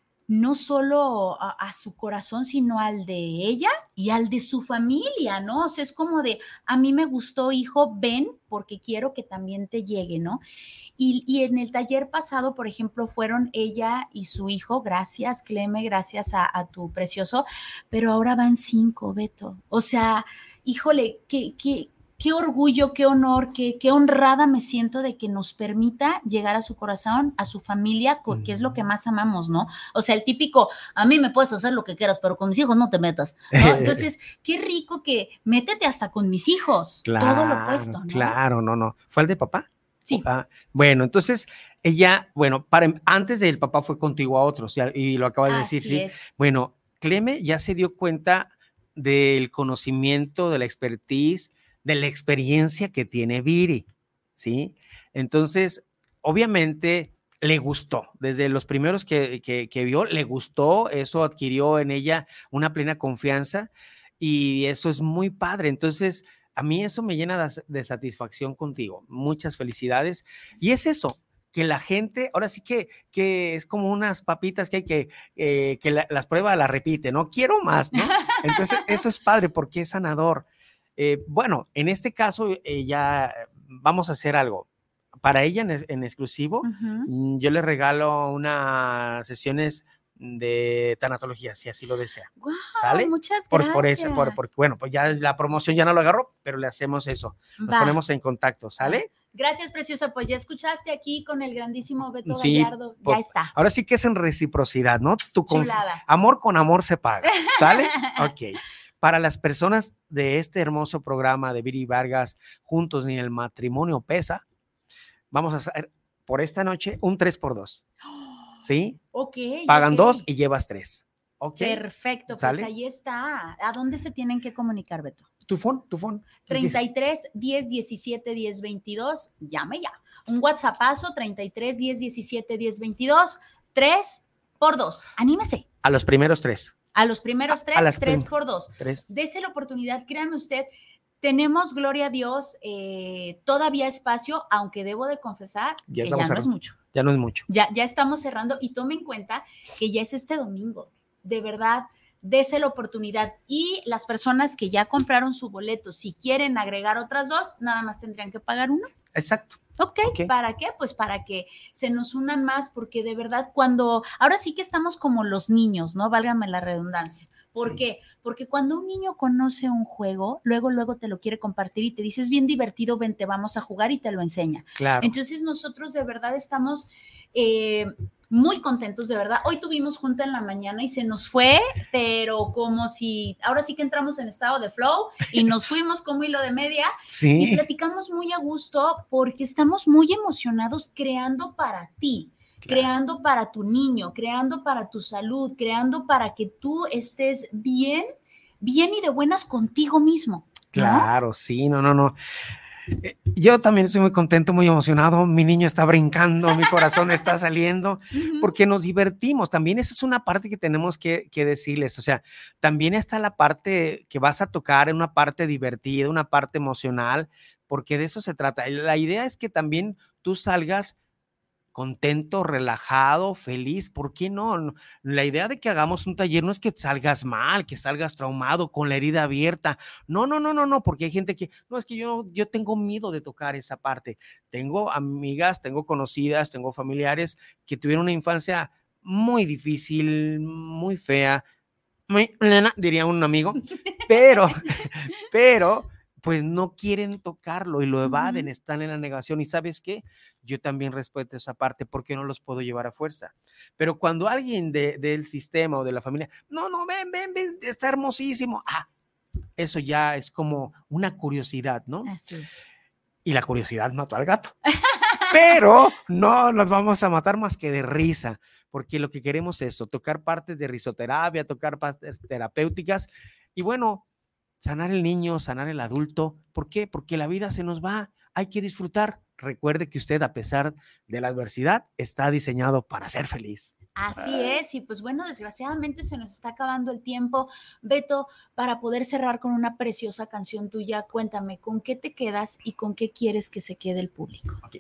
S4: no solo a, a su corazón, sino al de ella y al de su familia, ¿no? O sea, es como de, a mí me gustó, hijo, ven, porque quiero que también te llegue, ¿no? Y, y en el taller pasado, por ejemplo, fueron ella y su hijo, gracias, Cleme, gracias a, a tu precioso, pero ahora van cinco, Beto. O sea, híjole, qué, qué, qué orgullo, qué honor, qué, qué honrada me siento de que nos permita llegar a su corazón, a su familia, que uh-huh. es lo que más amamos, ¿no? O sea, el típico, a mí me puedes hacer lo que quieras, pero con mis hijos no te metas, ¿no? Entonces, qué rico que métete hasta con mis hijos,
S5: claro,
S4: todo lo opuesto, ¿no?
S5: Claro, no, no. ¿Fue el de papá?
S4: Sí.
S5: Ah, bueno, entonces, ella, bueno, para, antes del papá fue contigo a otros, y lo acabas de decir,
S4: Así
S5: ¿sí?
S4: Es.
S5: Bueno, Cleme ya se dio cuenta del conocimiento, de la expertise, de la experiencia que tiene Viri, ¿sí? Entonces, obviamente, le gustó. Desde los primeros que, que, que vio, le gustó, eso adquirió en ella una plena confianza y eso es muy padre. Entonces, a mí eso me llena de, de satisfacción contigo. Muchas felicidades. Y es eso, que la gente, ahora sí que, que es como unas papitas que hay que, eh, que la, las prueba, las repite, ¿no? Quiero más, ¿no? Entonces, eso es padre porque es sanador. Eh, bueno, en este caso, eh, ya vamos a hacer algo. Para ella en, en exclusivo, uh-huh. yo le regalo unas sesiones de tanatología, si así lo desea.
S4: Wow,
S5: ¿sale?
S4: Muchas
S5: por,
S4: gracias.
S5: Por eso, por, por, bueno, pues ya la promoción ya no lo agarró, pero le hacemos eso. Nos Va. ponemos en contacto, ¿sale?
S4: Gracias, preciosa. Pues ya escuchaste aquí con el grandísimo Beto sí, Gallardo.
S5: Por,
S4: ya está.
S5: Ahora sí que es en reciprocidad, ¿no? Tu conf- amor con amor se paga, ¿sale? Ok. Para las personas de este hermoso programa de Viri Vargas, Juntos ni el Matrimonio Pesa, vamos a hacer por esta noche un tres por dos. ¿Sí?
S4: Ok.
S5: Pagan
S4: okay.
S5: dos y llevas tres. Okay.
S4: Perfecto,
S5: ¿Sale?
S4: pues ahí está. ¿A dónde se tienen que comunicar, Beto?
S5: Tu phone, tu phone.
S4: treinta y tres, diez, diecisiete, diez, veintidós. Llame ya. Un WhatsAppazo, treinta y tres, diez, diecisiete, diez, veintidós. tres por dos. Anímese.
S5: A los primeros tres.
S4: A los primeros tres,
S5: a
S4: tres
S5: prim-
S4: por dos.
S5: Tres.
S4: Dese la oportunidad, créame usted, tenemos, gloria a Dios, eh, todavía espacio, aunque debo de confesar
S5: ya
S4: que ya no es mucho.
S5: Ya no es mucho.
S4: Ya, ya estamos cerrando y tome en cuenta que ya es este domingo. De verdad, dese la oportunidad. Y las personas que ya compraron su boleto, si quieren agregar otras dos, nada más tendrían que pagar uno.
S5: Exacto.
S4: Ok, okay. ¿Para qué? Pues para que se nos unan más, porque de verdad cuando, ahora sí que estamos como los niños, ¿no? Válgame la redundancia. ¿Por
S5: Sí.
S4: qué? Porque cuando un niño conoce un juego, luego, luego te lo quiere compartir y te dice, es bien divertido, vente, vamos a jugar y te lo enseña.
S5: Claro.
S4: Entonces nosotros de verdad estamos eh, muy contentos, de verdad. Hoy tuvimos junta en la mañana y se nos fue, pero como si, ahora sí que entramos en estado de flow y nos fuimos como hilo de media
S5: Sí.
S4: y platicamos muy a gusto porque estamos muy emocionados creando para ti. Claro. Creando para tu niño, creando para tu salud, creando para que tú estés bien, bien y de buenas contigo mismo, ¿no?
S5: Claro, sí, no, no, no. Eh, yo también estoy muy contento, muy emocionado. Mi niño está brincando, mi corazón está saliendo, uh-huh. porque nos divertimos. También esa es una parte que tenemos que, que decirles. O sea, también está la parte que vas a tocar, una parte divertida, una parte emocional, porque de eso se trata. La idea es que también tú salgas contento, relajado, feliz, ¿por qué no? La idea de que hagamos un taller no es que salgas mal, que salgas traumado, con la herida abierta, no, no, no, no, no, porque hay gente que, no, es que yo, yo tengo miedo de tocar esa parte, tengo amigas, tengo conocidas, tengo familiares que tuvieron una infancia muy difícil, muy fea, muy lena, diría un amigo, pero, pero, pues no quieren tocarlo y lo evaden, uh-huh. están en la negación. ¿Y sabes qué? Yo también respeto esa parte porque no los puedo llevar a fuerza. Pero cuando alguien de, del sistema o de la familia, no, no, ven, ven, ven, está hermosísimo. Ah, eso ya es como una curiosidad, ¿no?
S4: Así es.
S5: Y la curiosidad mató al gato. Pero no los vamos a matar más que de risa, porque lo que queremos es eso, tocar partes de risoterapia, tocar partes terapéuticas y bueno, sanar el niño, sanar el adulto. ¿Por qué? Porque la vida se nos va, hay que disfrutar. Recuerde que usted, a pesar de la adversidad, está diseñado para ser feliz.
S4: Así es, y pues bueno, desgraciadamente se nos está acabando el tiempo. Beto, para poder cerrar con una preciosa canción tuya, cuéntame, ¿con qué te quedas y con qué quieres que se quede el público?
S5: Okay.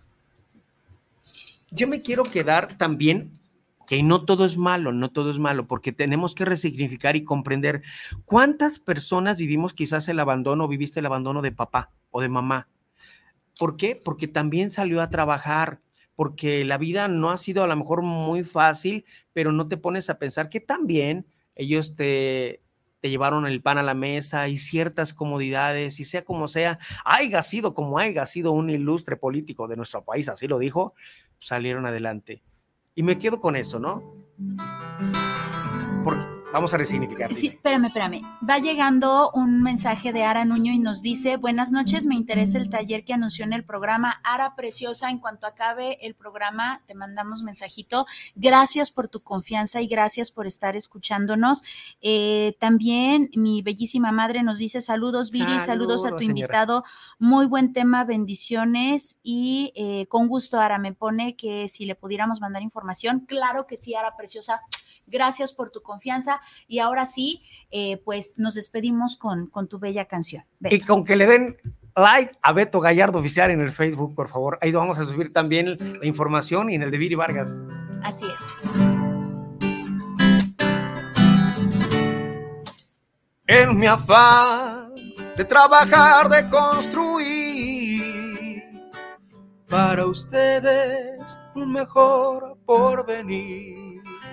S5: Yo me quiero quedar también que no todo es malo, no todo es malo, porque tenemos que resignificar y comprender cuántas personas vivimos quizás el abandono, viviste el abandono de papá o de mamá. ¿Por qué? Porque también salió a trabajar, porque la vida no ha sido a lo mejor muy fácil, pero no te pones a pensar que también ellos te, te llevaron el pan a la mesa y ciertas comodidades, y sea como sea, haya sido como haya sido un ilustre político de nuestro país, así lo dijo, salieron adelante. Y me quedo con eso, ¿no? Porque vamos a resignificar.
S4: Sí, espérame, espérame. Va llegando un mensaje de Ara Nuño y nos dice, buenas noches, me interesa el taller que anunció en el programa. Ara, preciosa, en cuanto acabe el programa, te mandamos mensajito. Gracias por tu confianza y gracias por estar escuchándonos. Eh, también mi bellísima madre nos dice, saludos, Viri, saludos, saludos a tu señora. Invitado. Muy buen tema, bendiciones. Y eh, con gusto, Ara, me pone que si le pudiéramos mandar información. Claro que sí, Ara, preciosa. Gracias por tu confianza y ahora sí, eh, pues nos despedimos con, con tu bella canción.
S5: Beto. Y con que le den like a Beto Gallardo Oficial en el Facebook, por favor. Ahí vamos a subir también la información y en el de Viri Vargas.
S4: Así es.
S5: En mi afán de trabajar, de construir para ustedes un mejor porvenir.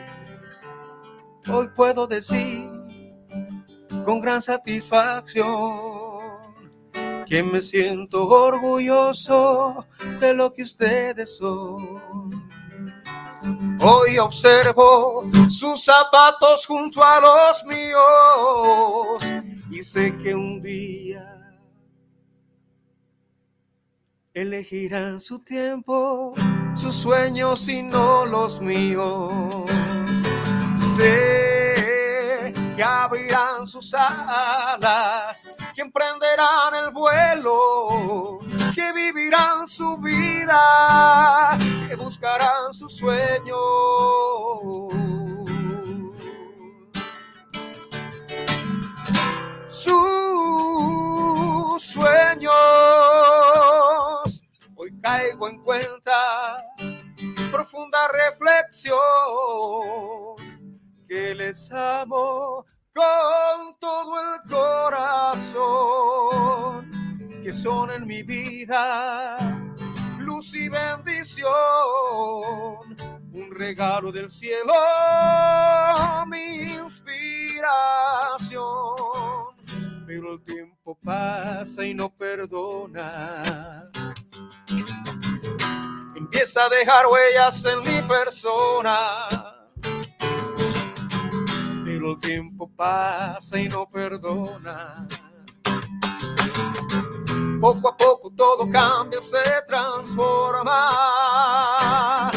S5: Hoy puedo decir con gran satisfacción que me siento orgulloso de lo que ustedes son. Hoy observo sus zapatos junto a los míos y sé que un día elegirán su tiempo, sus sueños y no los míos. Sé que abrirán sus alas, que emprenderán el vuelo, que vivirán su vida, que buscarán sus sueños. Sus sueños. Hoy caigo en cuenta, profunda reflexión, que les amo con todo el corazón, que son en mi vida luz y bendición, un regalo del cielo, mi inspiración. tiempo pasa y no perdona. Empieza a dejar huellas en mi persona. Pero el tiempo pasa y no perdona. Poco a poco todo cambia, se transforma.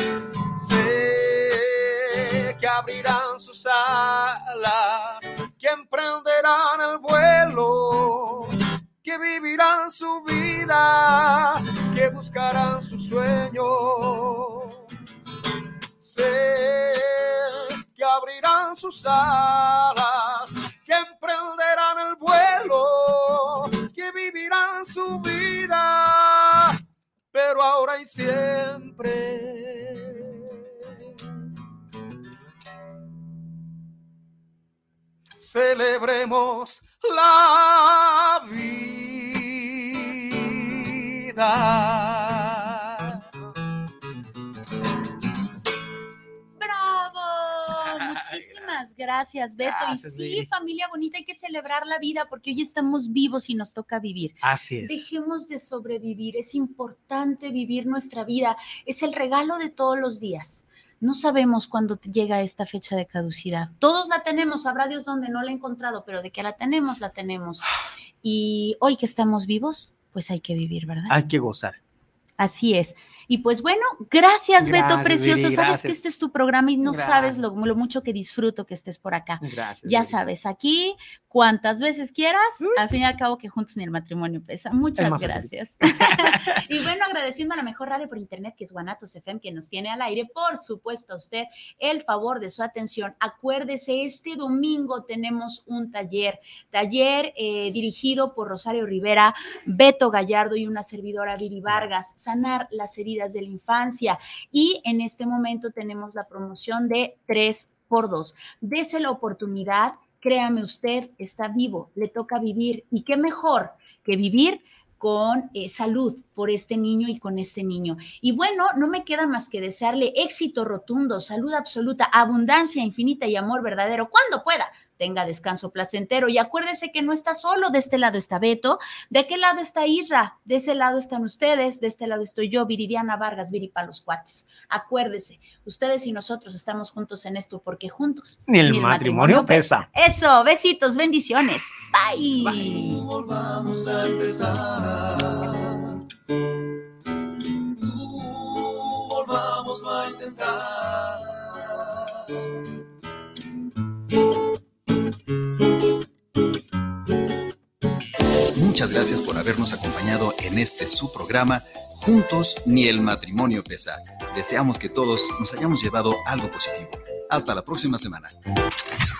S5: Sé que abrirán sus alas, que emprenderán el vuelo, que vivirán su vida, que buscarán su sueño. Sé que abrirán sus alas, que emprenderán el vuelo, que vivirán su vida, pero ahora y siempre. Celebremos la vida.
S4: ¡Bravo! Muchísimas gracias, Beto.
S5: Gracias,
S4: y sí,
S5: Viri.
S4: Familia bonita, hay que celebrar la vida porque hoy estamos vivos y nos toca vivir.
S5: Así es.
S4: Dejemos de sobrevivir, es importante vivir nuestra vida, es el regalo de todos los días. No sabemos cuándo llega esta fecha de caducidad. Todos la tenemos, sabrá Dios dónde, no la he encontrado, pero de que la tenemos, la tenemos. Y hoy que estamos vivos, pues hay que vivir, ¿verdad?
S5: Hay que gozar.
S4: Así es. Y pues bueno, gracias, Beto,
S5: Gracias,
S4: precioso.
S5: Viri,
S4: sabes
S5: gracias.
S4: que este es tu programa y no
S5: Gracias.
S4: sabes lo, lo mucho que disfruto que estés por acá.
S5: Gracias.
S4: Ya
S5: Viri.
S4: sabes, aquí cuantas veces quieras, al fin y al cabo que juntos ni el matrimonio pesa.
S5: Es
S4: Muchas
S5: más
S4: gracias. Y bueno, agradeciendo a la mejor radio por internet, que es Guanatos F M, que nos tiene al aire, por supuesto a usted, el favor de su atención. Acuérdese, este domingo tenemos un taller, taller eh, dirigido por Rosario Rivera, Beto Gallardo y una servidora, Viri Vargas, sanar las heridas de la infancia. Y en este momento tenemos la promoción de tres por dos. Dese la oportunidad, créame usted, está vivo, le toca vivir. Y qué mejor que vivir con eh, salud por este niño y con este niño. Y bueno, no me queda más que desearle éxito rotundo, salud absoluta, abundancia infinita y amor verdadero cuando pueda. Tenga descanso placentero y acuérdese que no está solo. De este lado está Beto, de aquel lado está Isra, de ese lado están ustedes, de este lado estoy yo, Viridiana Vargas, Viri pa' los cuates. Acuérdese, ustedes y nosotros estamos juntos en esto porque juntos
S5: Ni el, ni el matrimonio, matrimonio pesa.
S4: pesa. Eso, besitos, bendiciones. Bye.
S3: Bye. Volvamos a empezar. Uh, volvamos a intentar.
S2: Muchas gracias por habernos acompañado en este su programa Juntos ni el matrimonio pesa. Deseamos que todos nos hayamos llevado algo positivo. Hasta la próxima semana.